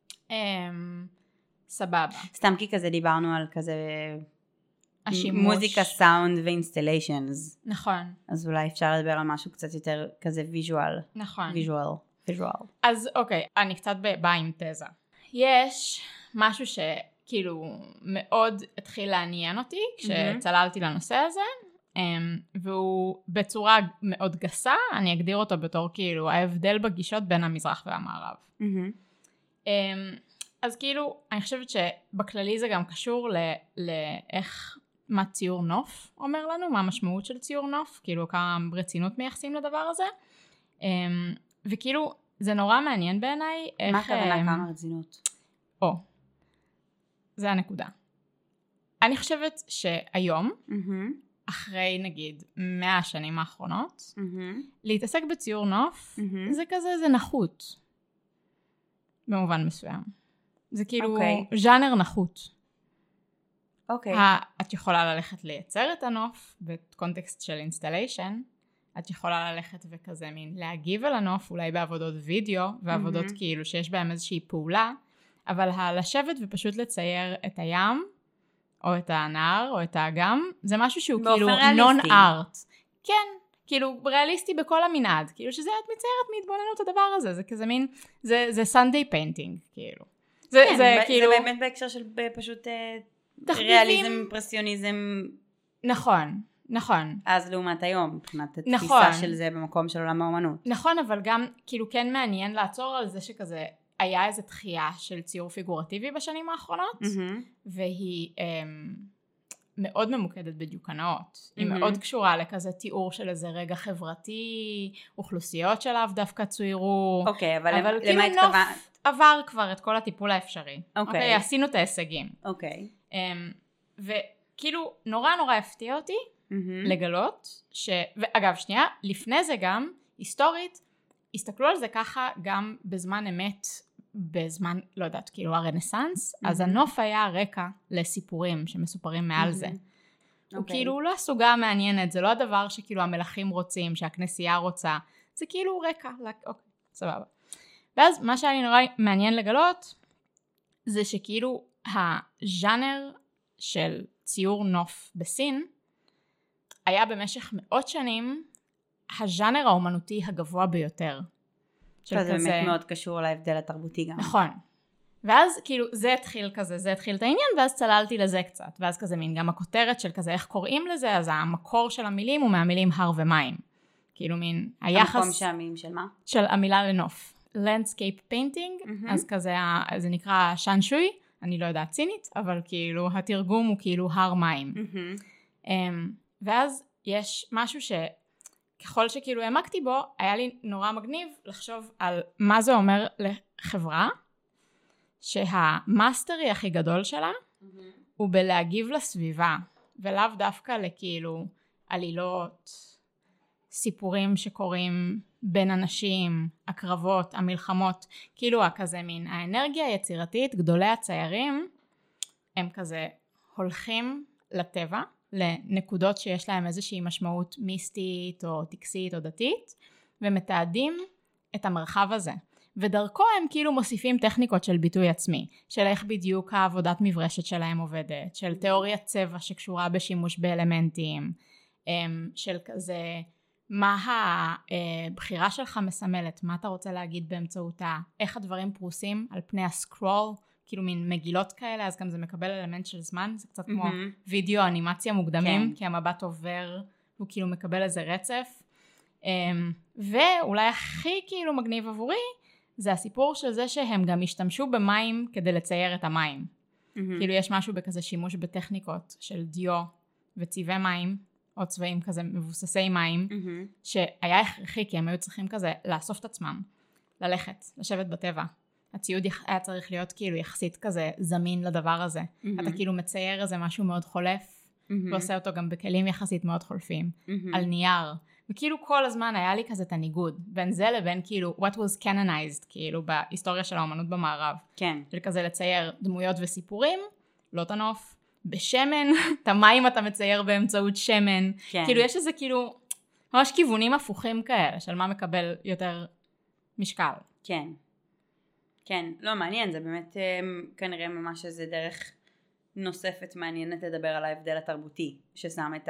Speaker 1: סבבה.
Speaker 2: סתם כי כזה דיברנו על כזה
Speaker 1: השימוש.
Speaker 2: מוזיקה, סאונד ואינסטליישנס.
Speaker 1: נכון.
Speaker 2: אז אולי אפשר לדבר על משהו קצת יותר כזה ויז'ואל.
Speaker 1: נכון.
Speaker 2: ויז'ואל.
Speaker 1: אז אוקיי, אני קצת באה עם תזה. יש משהו שכאילו מאוד התחיל לעניין אותי כשצללתי לנושא הזה, והוא בצורה מאוד גסה, אני אגדיר אותו בתור כאילו ההבדל בגישות בין המזרח והמערב. אז כאילו אני חושבת שבכללי זה גם קשור לאיך, מה ציור נוף אומר לנו, מה המשמעות של ציור נוף, כאילו כמה רצינות מייחסים לדבר הזה, וכאילו זה נורא מעניין בעיניי איך...
Speaker 2: מה הכוונה כמה רצינות?
Speaker 1: זה הנקודה. אני חושבת שהיום, אחרי נגיד 100 השנים האחרונות, להתעסק בציור נוף, זה כזה, זה נחות. במובן מסוים. זה כאילו ז'אנר נחות. את יכולה ללכת לייצר את הנוף, בקונטקסט של אינסטליישן, את יכולה ללכת וכזה מין להגיב על הנוף, אולי בעבודות וידאו, ועבודות כאילו שיש בהם איזושהי פעולה, אבל לשבת ופשוט לצייר את הים, או את הנהר, או את האגם, זה משהו שהוא כאילו נון-ארט. כן, כאילו ריאליסטי בכל המנעד, כאילו שזה את מציירת מהתבוננות הדבר הזה, זה כזה מין, זה סנדיי פיינטינג, כאילו.
Speaker 2: זה באמת בהקשר של פשוט ריאליזם, אימפרסיוניזם.
Speaker 1: נכון.
Speaker 2: אז לעומת היום, מבחינת התפיסה של זה במקום של עולם האומנות.
Speaker 1: נכון, אבל גם כאילו כן מעניין לעצור על זה שכזה, היה איזו דחייה של ציור פיגורטיבי בשנים האחרונות, והיא מאוד ממוקדת בדיוקנאות. היא מאוד קשורה לכזה תיאור של איזה רגע חברתי, אוכלוסיות שלאו דווקא צוירו.
Speaker 2: אוקיי, אבל
Speaker 1: כאילו נוף עבר כבר את כל הטיפול האפשרי. אוקיי, עשינו את ההישגים.
Speaker 2: אוקיי.
Speaker 1: וכאילו נורא הפתיע אותי לגלות, ואגב שנייה, לפני זה גם, היסטורית, הסתכלו על זה ככה גם בזמן אמת, בזמן, לא יודעת, כאילו הרנסנס, אז הנוף היה רקע לסיפורים שמסופרים מעל זה. הוא כאילו לא הסוגה המעניינת, זה לא הדבר שכאילו המלכים רוצים, שהכנסייה רוצה, זה כאילו רקע, אוקיי, סבבה. ואז מה שהיה לי נורא מעניין לגלות, זה שכאילו הז'אנר של ציור נוף בסין, היה במשך מאות שנים, הז'אנר האומנותי הגבוה ביותר.
Speaker 2: זה באמת מאוד קשור להבדל התרבותי גם.
Speaker 1: נכון. ואז כאילו זה התחיל את העניין, ואז צללתי לזה קצת. ואז כזה מין גם הכותרת של כזה איך קוראים לזה, אז המקור של המילים הוא מהמילים הר ומים. כאילו מין היחס...
Speaker 2: המקום של המילים של מה?
Speaker 1: של המילה לנוף. landscape painting, אז כזה זה נקרא שאנשוי, אני לא יודעת צינית, אבל כאילו התרגום הוא כאילו הר מים. ואז יש משהו ככל שכאילו העמקתי בו, היה לי נורא מגניב לחשוב על מה זה אומר לחברה, שהמאסטרי הכי גדול שלה, הוא בלהגיב לסביבה, ולאו דווקא לכאילו עלילות, סיפורים שקורים בין אנשים, הקרבות, המלחמות, כאילו כזה מין האנרגיה היצירתית, גדולי הציירים, הם כזה הולכים לטבע, לנקודות שיש להם איזושהי משמעות מיסטית או טקסית או דתית, ומתעדים את המרחב הזה. ודרכו הם כאילו מוסיפים טכניקות של ביטוי עצמי, של איך בדיוק העבודת מברשת שלהם עובדת, של תיאוריית צבע שקשורה בשימוש באלמנטים, של כזה, מה הבחירה שלך מסמלת, מה אתה רוצה להגיד באמצעותה, איך הדברים פרוסים על פני הסקרול, כאילו מין מגילות כאלה, אז גם זה מקבל אלמנט של זמן, זה קצת כמו וידאו, אנימציה מוקדמים, כי המבט עובר, הוא כאילו מקבל איזה רצף, ואולי הכי כאילו מגניב עבורי, זה הסיפור של זה שהם גם השתמשו במים כדי לצייר את המים. כאילו יש משהו בכזה שימוש בטכניקות של דיו וצבעי מים, או צבעים כזה מבוססי מים, שהיה הכרחי כי הם היו צריכים כזה לאסוף את עצמם, ללכת, לשבת בטבע. הציוד היה צריך להיות כאילו יחסית כזה זמין לדבר הזה. אתה כאילו מצייר איזה משהו מאוד חולף, ועושה אותו גם בכלים יחסית מאוד חולפים, על נייר. וכאילו כל הזמן היה לי כזה את הניגוד, בין זה לבין כאילו what was canonized, כאילו בהיסטוריה של האומנות במערב.
Speaker 2: כן.
Speaker 1: של כזה לצייר דמויות וסיפורים, לא תנוף, בשמן, את המים אתה מצייר באמצעות שמן.
Speaker 2: כן.
Speaker 1: כאילו יש איזה כאילו, ממש כיוונים הפוכים כאלה, של מה מקבל יותר משקל.
Speaker 2: כן. כן, לא מעניין, זה באמת כנראה ממש איזה דרך נוספת מעניינת לדבר על ההבדל התרבותי, ששם את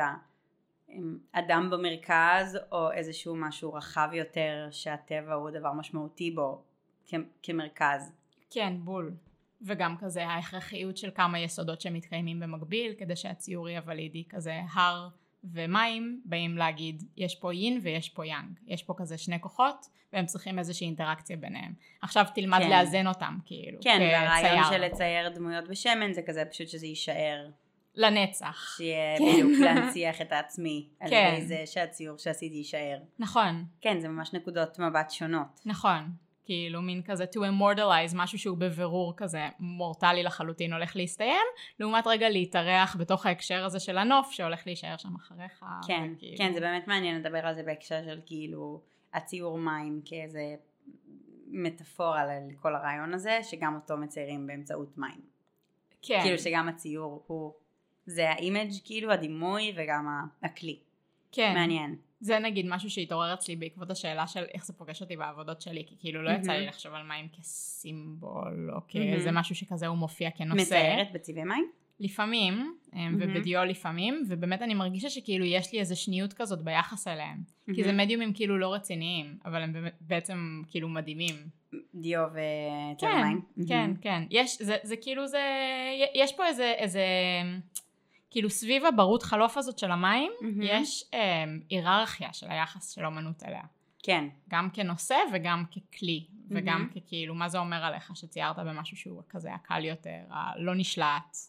Speaker 2: האדם במרכז, או איזשהו משהו רחב יותר, שהטבע הוא דבר משמעותי בו כמרכז.
Speaker 1: כן, בול. וגם כזה ההכרחיות של כמה יסודות שמתקיימים במקביל, כדי שהציור יהיה ולידי, כזה הר ומים באים להגיד, יש פה יין ויש פה יאנג. יש פה כזה שני כוחות, והם צריכים איזושהי אינטראקציה ביניהם. עכשיו תלמד לאזן אותם, כאילו.
Speaker 2: כן, והרעיון של לצייר דמויות בשמן, זה כזה פשוט שזה יישאר.
Speaker 1: לנצח.
Speaker 2: שיהיה בדיוק להנציח את העצמי, על ידי זה שהציור שעשיתי יישאר.
Speaker 1: נכון.
Speaker 2: כן, זה ממש נקודות מבט שונות.
Speaker 1: נכון. כאילו מין כזה to immortalize, משהו שהוא בבירור כזה מורטלי לחלוטין הולך להסתיים, לעומת רגע להתארח בתוך ההקשר הזה של הנוף שהולך להישאר שם אחריך.
Speaker 2: כן,
Speaker 1: וכאילו...
Speaker 2: כן, זה באמת מעניין לדבר על זה בהקשר של כאילו הציור מים כאיזה מטאפורה לכל הרעיון הזה, שגם אותו מציירים באמצעות מים.
Speaker 1: כן.
Speaker 2: כאילו שגם הציור הוא, זה האימג' כאילו הדימוי וגם הכלי.
Speaker 1: כן.
Speaker 2: מעניין.
Speaker 1: זה נגיד משהו שהתעורר אצלי בעקבות השאלה של איך זה פוגש אותי בעבודות שלי, כי כאילו לא יצא לי לחשוב על מים כסימבול, או כאיזה משהו שכזה הוא מופיע כנושא.
Speaker 2: מציירת בצבעי מים?
Speaker 1: לפעמים, ובדיו לפעמים, ובאמת אני מרגישה שכאילו יש לי איזו שניות כזאת ביחס אליהם, כי זה מדיומים כאילו לא רציניים, אבל הם בעצם כאילו מדהימים.
Speaker 2: דיו וצבעי מים?
Speaker 1: כן, כן. זה כאילו יש פה איזה כאילו סביב הברות חלוף הזאת של המים, יש היררכיה של היחס של אומנות אליה.
Speaker 2: כן.
Speaker 1: גם כנושא וגם ככלי, וגם ככאילו, מה זה אומר עליך שציירת במשהו שהוא כזה הקל יותר, הלא נשלט.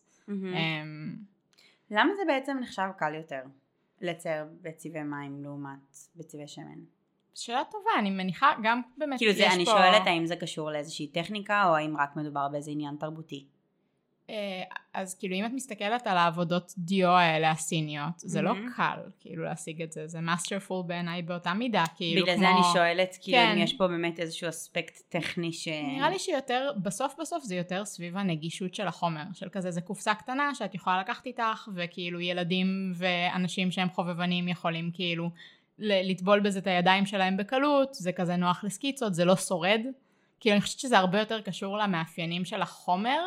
Speaker 2: למה זה בעצם נחשב קל יותר לצייר בצבעי מים לעומת בצבעי שמן?
Speaker 1: שאלה טובה, אני מניחה גם באמת
Speaker 2: כאילו זה, אני שואלת האם זה קשור לאיזושהי טכניקה, או האם רק מדובר באיזה עניין תרבותי?
Speaker 1: אז כאילו אם את מסתכלת על העבודות דיו האלה הסיניות, זה לא קל כאילו להשיג את זה, זה masterful בעיניי באותה מידה, כאילו
Speaker 2: בגלל
Speaker 1: כמו...
Speaker 2: זה אני שואלת, כאילו אם יש פה באמת איזשהו אספקט טכני
Speaker 1: נראה לי שיותר, בסוף זה יותר סביב הנגישות של החומר, של כזה זה קופסה קטנה שאת יכולה לקחת איתך, וכאילו ילדים ואנשים שהם חובבנים יכולים כאילו לטבול בזה את הידיים שלהם בקלות, זה כזה נוח לסקיצות, זה לא שורד, כאילו אני חושבת שזה הרבה יותר קשור למאפיינים של החומר,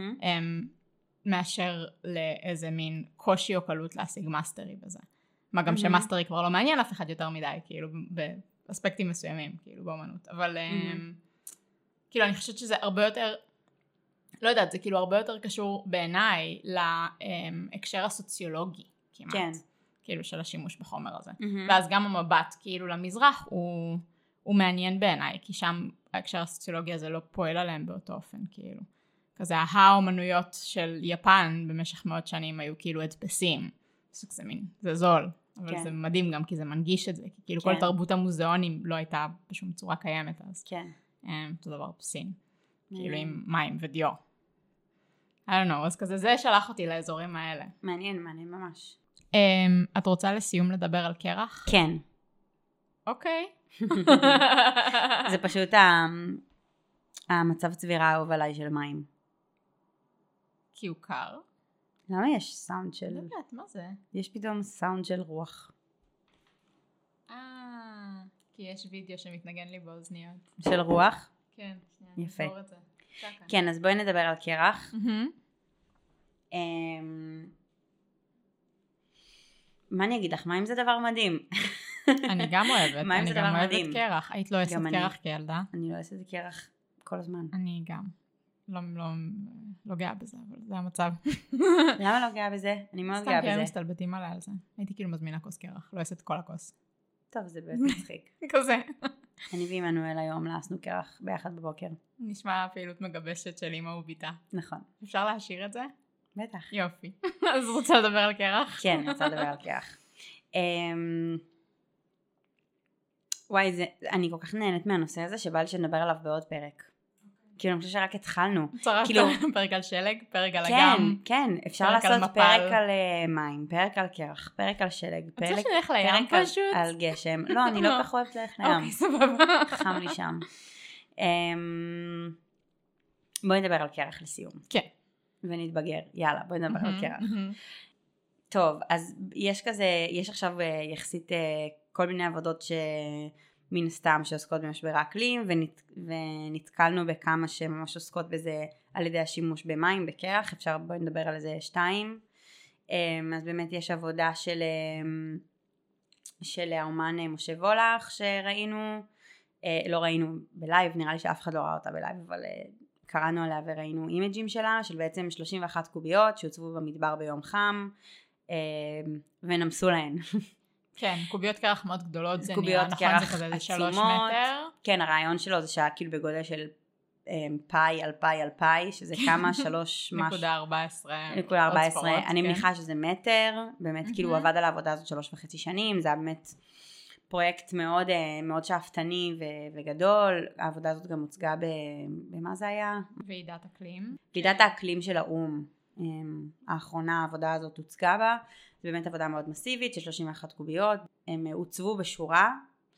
Speaker 1: מאשר לאיזה מין קושי או קלות להשיג מאסטרי בזה. מה גם שמאסטרי כבר לא מעניין אף אחד יותר מדי, כאילו באספקטים מסוימים, כאילו באמנות. אבל כאילו אני חושבת שזה הרבה יותר, לא יודעת, זה כאילו הרבה יותר קשור בעיניי להקשר הסוציולוגי כמעט. כן. כאילו של השימוש בחומר הזה. ואז גם המבט כאילו למזרח הוא מעניין בעיניי, כי שם ההקשר הסוציולוגי הזה לא פועל עליהם באותו אופן, כאילו. כזה האומנויות של יפן במשך מאות שנים היו כאילו הדפסים. זה מין, זה זול, אבל זה מדהים גם כי זה מנגיש את זה, כי כאילו כל תרבות המוזיאונים לא הייתה בשום צורה קיימת אז. כן. אותו דבר בסין. כאילו עם מים ודיו. I don't know, אז כזה זה שלח אותי לאזורים האלה.
Speaker 2: מעניין ממש.
Speaker 1: את רוצה לסיום לדבר על קרח?
Speaker 2: כן.
Speaker 1: אוקיי.
Speaker 2: זה פשוט המצב צבירה האהוב עליי של מים.
Speaker 1: כי הוא קר.
Speaker 2: למה יש סאונד של...
Speaker 1: לא יודעת, מה זה?
Speaker 2: יש פתאום סאונד של רוח.
Speaker 1: כי יש וידאו שמתנגן לי באוזניות.
Speaker 2: של רוח?
Speaker 1: כן, שנייה.
Speaker 2: יפה.
Speaker 1: נעבור את זה.
Speaker 2: כן, אז בואי נדבר על קרח. מה אני אגיד לך? מים זה דבר מדהים.
Speaker 1: אני גם אוהבת.
Speaker 2: מים זה דבר מדהים.
Speaker 1: אני גם אוהבת קרח. היית לא אוהבת קרח כילדה?
Speaker 2: אני לא אוהבת קרח כל הזמן.
Speaker 1: אני גם. לא גאה בזה, אבל זה המצב.
Speaker 2: למה לא גאה בזה? אני מאוד גאה בזה.
Speaker 1: סתם כי היינו מסתלבטים עליי על זה. הייתי כאילו מזמינה כוס קרח. לא אעשה את כל הכוס.
Speaker 2: טוב, זה באמת מצחיק.
Speaker 1: כזה.
Speaker 2: אני ועמנואל היום לעשנו קרח ביחד בבוקר.
Speaker 1: נשמע פעילות מגבשת של אמא וביתה.
Speaker 2: נכון.
Speaker 1: אפשר להשאיר את זה?
Speaker 2: בטח.
Speaker 1: יופי. אז רוצה לדבר על קרח?
Speaker 2: כן, אני רוצה לדבר על קרח. וואי, אני כל כך נהנית מהנושא הזה שבא לי שנדבר עליו בעוד פרק. כאילו, אני חושבת שרק התחלנו.
Speaker 1: פרק על שלג, פרק על
Speaker 2: כן,
Speaker 1: אגם.
Speaker 2: כן, אפשר לעשות פרק על מים, פרק על קרח, פרק על שלג,
Speaker 1: רוצה שנלך לים פשוט?
Speaker 2: על גשם. לא, אני לא כך אוהבת ללכת לים.
Speaker 1: אוקיי, סבבה.
Speaker 2: חם לי שם. בואי נדבר על קרח לסיום.
Speaker 1: כן.
Speaker 2: ונתבגר. יאללה, בואי נדבר על קרח. טוב, אז יש עכשיו יחסית כל מיני עבודות מן סתם שעוסקות במשבר האקלים, ונתקלנו בכמה שממש עוסקות בזה על ידי השימוש במים, בקרח. אפשר, בואי נדבר על זה 2. אז באמת יש עבודה של האומן משה וולך שראינו, לא ראינו בלייב, נראה לי שאף אחד לא ראה אותה בלייב, אבל קראנו עליה וראינו אימג'ים שלה, של בעצם 31 קוביות שהוצבו במדבר ביום חם, ונמסו להן.
Speaker 1: כן, קוביות קרח מאוד גדולות, זה
Speaker 2: קוביות
Speaker 1: נראה, נכון,
Speaker 2: קרח
Speaker 1: זה כזה
Speaker 2: עצומות.
Speaker 1: 3 מטר.
Speaker 2: כן, הרעיון שלו זה שהיה כאילו בגודל של פאי על פאי על פאי, שזה כמה 3.14. אני מניחה שזה מטר, באמת כאילו הוא עבד על העבודה הזאת 3.5 שנים, זה היה באמת פרויקט מאוד מאוד שאפתני וגדול. העבודה הזאת גם הוצגה במה זה היה?
Speaker 1: ועידת אקלים.
Speaker 2: ועידת האקלים של האום. האחרונה העבודה הזאת הוצגה בה. זה באמת עבודה מאוד מסיבית של 31 קוביות. הם הוצבו בשורה.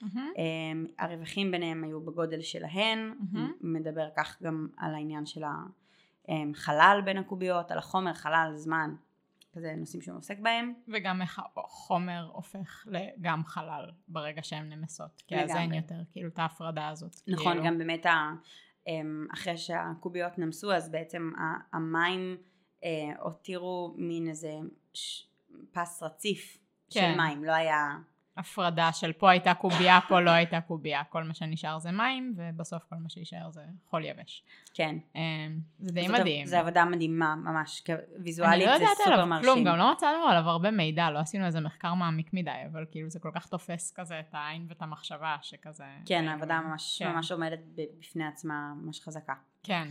Speaker 2: הרווחים ביניהם היו בגודל שלהן. מדבר כך גם על העניין של החלל בין הקוביות, על החומר, חלל, זמן. כזה נושאים שהוא עוסק בהם.
Speaker 1: וגם איך החומר הופך גם חלל ברגע שהן נמסות. כי אז אין יותר כאילו את ההפרדה הזאת.
Speaker 2: נכון,
Speaker 1: כאילו.
Speaker 2: גם באמת אחרי שהקוביות נמסו, אז בעצם המים הותירו מין איזה פס רציף של מים. לא היה...
Speaker 1: הפרדה של פה הייתה קובייה, פה לא הייתה קובייה. כל מה שנשאר זה מים, ובסוף כל מה שישאר זה חול יבש.
Speaker 2: כן.
Speaker 1: זה די מדהים.
Speaker 2: זה עבודה מדהימה, ממש. ויזואלית זה סופר מרשים.
Speaker 1: כלום, גם לא מצאנו עליו הרבה מידע, לא עשינו איזה מחקר מעמיק מדי, אבל כאילו זה כל כך תופס כזה את העין ואת המחשבה שכזה...
Speaker 2: כן, העבודה ממש עומדת בפני עצמה, ממש חזקה.
Speaker 1: כן.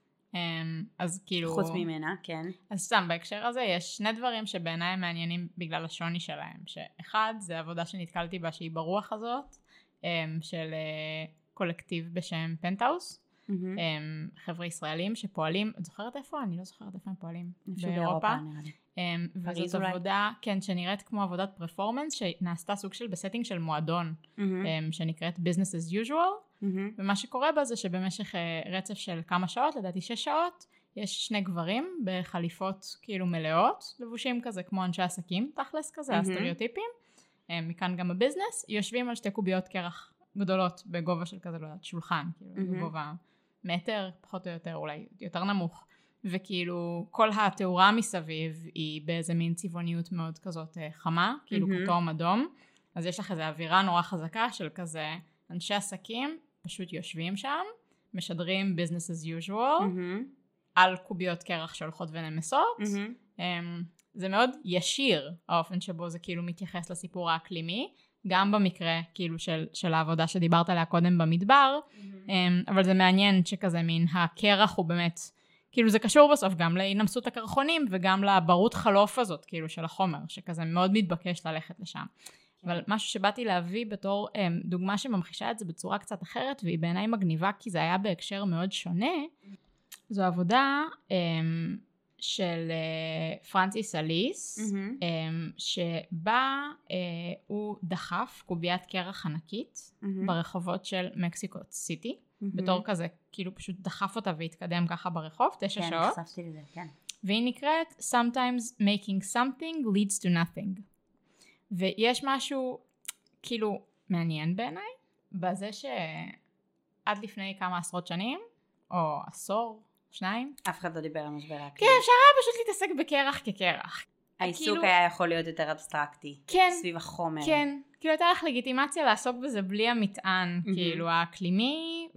Speaker 1: אז כאילו...
Speaker 2: חוץ ממנה, כן.
Speaker 1: אז סתם, בהקשר הזה יש 2 דברים שבעיניי הם מעניינים בגלל השוני שלהם. שאחד, זה עבודה שנתקלתי בה שהיא ברוח הזאת, של קולקטיב בשם פנטהאוס. חבר'ה ישראלים שפועלים, את זוכרת איפה? אני לא זוכרת איפה הם פועלים.
Speaker 2: באירופה.
Speaker 1: וזאת עבודה, כן, שנראית כמו עבודת פרפורמנס, שנעשתה סוג של בסטינג של מועדון, שנקראת business as usual, ומה שקורה בה זה שבמשך רצף של כמה שעות, לדעתי 6 שעות, יש 2 גברים בחליפות כאילו מלאות, לבושים כזה כמו אנשי עסקים, תכלס כזה, הסטריאוטיפים, מכאן גם הביזנס, יושבים על 2 קוביות קרח גדולות, בגובה של כזה, לא יודעת, שולחן, כאילו, בגובה מטר, פחות או יותר, אולי יותר נמוך, וכאילו כל התאורה מסביב היא באיזה מין צבעוניות מאוד כזאת חמה, כאילו כתום אדום, אז יש לך איזו אווירה נורא חזקה של כזה אנשי עסקים, פשוט יושבים שם, משדרים business as usual, על קוביות קרח שהולכות ונמסות, זה מאוד ישיר האופן שבו זה כאילו מתייחס לסיפור האקלימי, גם במקרה כאילו של העבודה שדיברת עליה קודם במדבר, אבל זה מעניין שכזה מין הקרח הוא באמת, כאילו זה קשור בסוף גם להינמסות הקרחונים וגם לברות חלוף הזאת כאילו של החומר, שכזה מאוד מתבקש ללכת לשם. אבל משהו שבאתי להביא בתור דוגמה שממחישה את זה בצורה קצת אחרת, והיא בעיניי מגניבה כי זה היה בהקשר מאוד שונה, זו עבודה של פרנסיס אליס, שבה הוא דחף קוביית קרח ענקית ברחובות של מקסיקו סיטי, בתור כזה, כאילו פשוט דחף אותה והתקדם ככה ברחוב, 9 שעות.
Speaker 2: כן, חשפתי לזה, כן.
Speaker 1: והיא נקראת Sometimes making something leads to nothing. ויש משהו כאילו מעניין בעיניי, בזה שעד לפני כמה עשרות שנים, או עשור, 2,
Speaker 2: אף אחד לא דיבר על משבר האקלים.
Speaker 1: כן, אפשר היה פשוט להתעסק בקרח כקרח.
Speaker 2: העיסוק היה יכול להיות יותר אבסטרקטי.
Speaker 1: כן.
Speaker 2: סביב החומר.
Speaker 1: כן. כאילו הייתה לך לגיטימציה לעסוק בזה בלי המטען, כאילו האקלימי,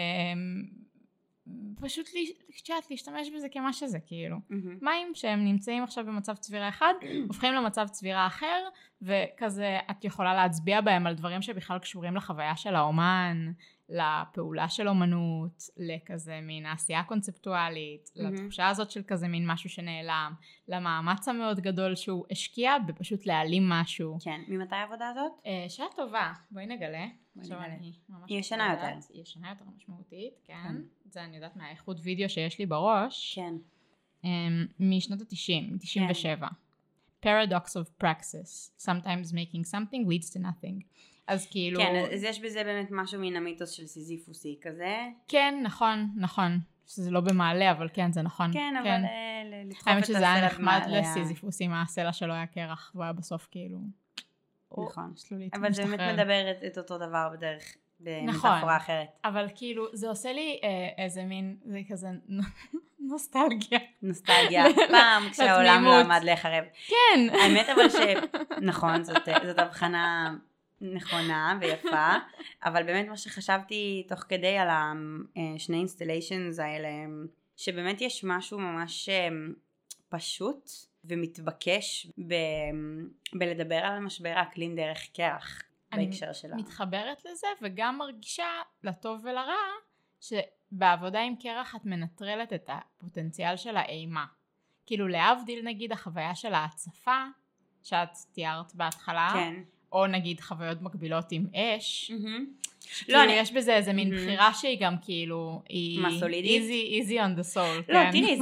Speaker 1: ופשוט להשתמש בזה כמה שזה, כאילו. מים שהם נמצאים עכשיו במצב צבירה אחד, הופכים למצב צבירה אחר, וכזה את יכולה להצביע בהם על דברים שבכלל קשורים לחוויה של האומן, לפעולה של אומנות, לכזה מין העשייה קונספטואלית, לתחושה הזאת של כזה מין משהו שנעלם, למאמץ המאוד גדול שהוא השקיע בפשוט להעלים משהו.
Speaker 2: כן, ממתי העבודה הזאת?
Speaker 1: שעה טובה, בואי נגלה.
Speaker 2: היא ישנה יותר.
Speaker 1: היא ישנה יותר משמעותית, כן. זה אני יודעת מהאיכות וידאו שיש לי בראש.
Speaker 2: כן.
Speaker 1: משנות ה-90, 97. Paradox of Praxis. Sometimes making something leads to nothing. אז כאילו...
Speaker 2: כן, אז יש בזה באמת משהו מן המיתוס של סיזיפוסי כזה.
Speaker 1: כן, נכון. שזה לא במעלה, אבל כן, זה נכון.
Speaker 2: כן, אבל לדחוף את הסלע במעלה.
Speaker 1: האמת שזה היה נחמד לסיזיפוסי, מה הסלע שלו היה קרח, והוא היה בסוף כאילו...
Speaker 2: נכון. אבל זה באמת מדבר את אותו דבר בדרך, במטאפורה אחרת.
Speaker 1: אבל כאילו, זה עושה לי איזה מין, זה כזה נוסטלגיה.
Speaker 2: נוסטלגיה, פעם כשהעולם לא עמד להיחרב.
Speaker 1: כן.
Speaker 2: האמת אבל נכון, זאת הבחנה נכונה ויפה, אבל באמת מה שחשבתי תוך כדי על השני אינסטליישנס האלה, שבאמת יש משהו ממש פשוט ומתבקש בלדבר על משבר האקלים דרך קרח בהקשר שלה.
Speaker 1: אני מתחברת לזה וגם מרגישה לטוב ולרע שבעבודה עם קרח את מנטרלת את הפוטנציאל של האימה. כאילו להבדיל נגיד החוויה של ההצפה שאת תיארת בהתחלה,
Speaker 2: כן.
Speaker 1: או נגיד חוויות מקבילות עם אש. לא, יש בזה איזה מין בחירה שהיא גם כאילו, היא easy on the soul.
Speaker 2: לא, תראי,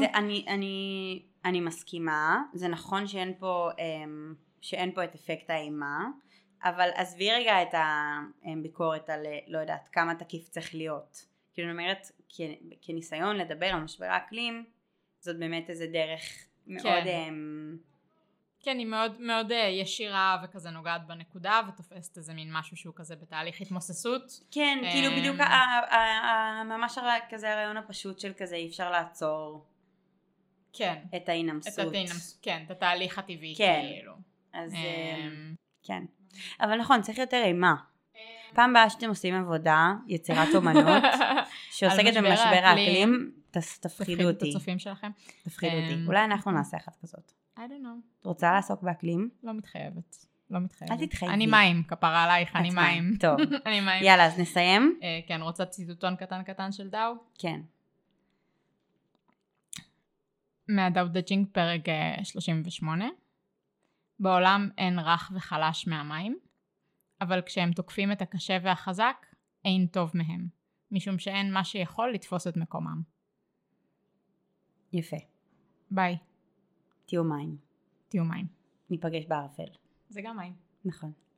Speaker 2: אני מסכימה, זה נכון שאין פה את אפקט האימה, אבל עזבי רגע את הביקורת על לא יודעת כמה תקיף צריך להיות. כאילו אני אומרת, כניסיון לדבר על משבר האקלים, זאת באמת איזה דרך מאוד...
Speaker 1: כן, היא מאוד מאוד ישירה וכזה נוגעת בנקודה ותופסת איזה מין משהו שהוא כזה בתהליך התמוססות.
Speaker 2: כן, כאילו בדיוק ממש כזה הרעיון הפשוט של כזה אי אפשר לעצור את ההינמסות.
Speaker 1: כן, את התהליך הטבעי כאילו.
Speaker 2: אז כן. אבל נכון, צריך יותר אימה. פעם הבאה שאתם עושים עבודה, יצירת אומנות, שעוסקת במשבר האקלים, תפחידו אותי.
Speaker 1: את הצופים שלכם.
Speaker 2: תפחידו אותי. אולי אנחנו נעשה אחת כזאת.
Speaker 1: I don't know.
Speaker 2: את רוצה לעסוק באקלים?
Speaker 1: לא מתחייבת. לא מתחייבת.
Speaker 2: אל תתחייבי.
Speaker 1: אני מים, כפרה עלייך, אני מים.
Speaker 2: טוב.
Speaker 1: אני מים.
Speaker 2: יאללה, אז נסיים.
Speaker 1: כן, רוצה ציטוטון קטן של דאו?
Speaker 2: כן.
Speaker 1: מהדאו דה ג'ינג פרק 38. בעולם אין רך וחלש מהמים, אבל כשהם תוקפים את הקשה והחזק, אין טוב מהם, משום שאין מה שיכול לתפוס את מקומם.
Speaker 2: יפה.
Speaker 1: ביי.
Speaker 2: תהיו מים.
Speaker 1: תהיו מים.
Speaker 2: ניפגש בערפל.
Speaker 1: זה גם מים.
Speaker 2: נכון.